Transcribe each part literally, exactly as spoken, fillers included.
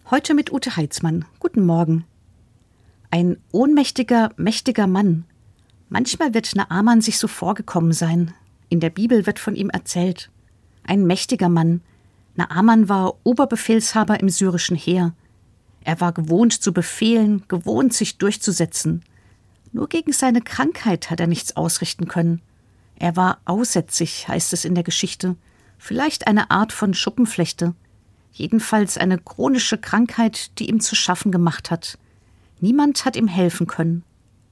Heute mit Ute Heitzmann. Guten Morgen. Ein ohnmächtiger, mächtiger Mann. Manchmal wird Naaman sich so vorgekommen sein. In der Bibel wird von ihm erzählt. Ein mächtiger Mann. Naaman war Oberbefehlshaber im syrischen Heer. Er war gewohnt zu befehlen, gewohnt sich durchzusetzen. Nur gegen seine Krankheit hat er nichts ausrichten können. Er war aussätzig, heißt es in der Geschichte. Vielleicht eine Art von Schuppenflechte. Jedenfalls eine chronische Krankheit, die ihm zu schaffen gemacht hat. Niemand hat ihm helfen können.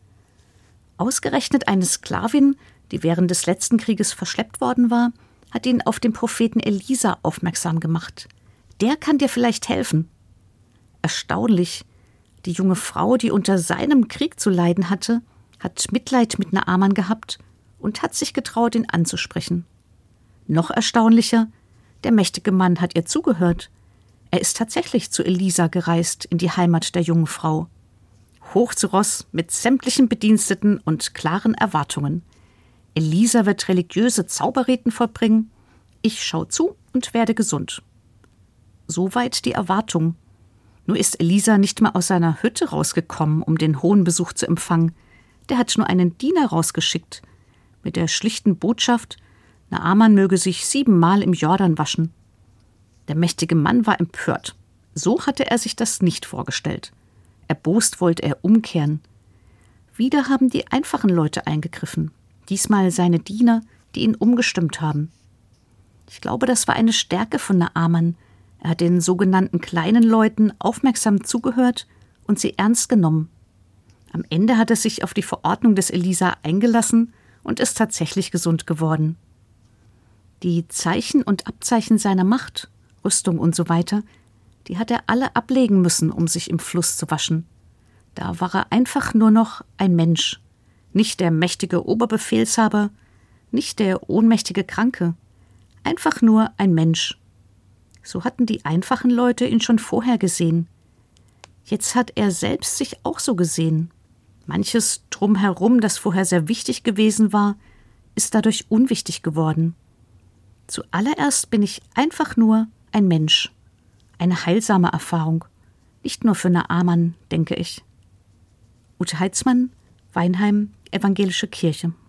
Ausgerechnet eine Sklavin, die während des letzten Krieges verschleppt worden war, hat ihn auf den Propheten Elisa aufmerksam gemacht. Der kann dir vielleicht helfen. Erstaunlich, die junge Frau, die unter seinem Krieg zu leiden hatte, hat Mitleid mit Naaman gehabt und hat sich getraut, ihn anzusprechen. Noch erstaunlicher, der mächtige Mann hat ihr zugehört. Er ist tatsächlich zu Elisa gereist, in die Heimat der jungen Frau. Hoch zu Ross mit sämtlichen Bediensteten und klaren Erwartungen. Elisa wird religiöse Zauberriten vollbringen. Ich schau zu und werde gesund. Soweit die Erwartung. Nur ist Elisa nicht mal aus seiner Hütte rausgekommen, um den hohen Besuch zu empfangen. Der hat nur einen Diener rausgeschickt, mit der schlichten Botschaft, Naaman möge sich siebenmal im Jordan waschen. Der mächtige Mann war empört. So hatte er sich das nicht vorgestellt. Erbost wollte er umkehren. Wieder haben die einfachen Leute eingegriffen. Diesmal seine Diener, die ihn umgestimmt haben. Ich glaube, das war eine Stärke von Naaman. Er hat den sogenannten kleinen Leuten aufmerksam zugehört und sie ernst genommen. Am Ende hat er sich auf die Verordnung des Elisa eingelassen und ist tatsächlich gesund geworden. Die Zeichen und Abzeichen seiner Macht, Rüstung und so weiter, die hat er alle ablegen müssen, um sich im Fluss zu waschen. Da war er einfach nur noch ein Mensch. Nicht der mächtige Oberbefehlshaber, nicht der ohnmächtige Kranke. Einfach nur ein Mensch. So hatten die einfachen Leute ihn schon vorher gesehen. Jetzt hat er selbst sich auch so gesehen. Manches drumherum, das vorher sehr wichtig gewesen war, ist dadurch unwichtig geworden. Zuallererst bin ich einfach nur ein Mensch. Eine heilsame Erfahrung. Nicht nur für Naaman, denke ich. Ute Heitzmann, Weinheim, Evangelische Kirche.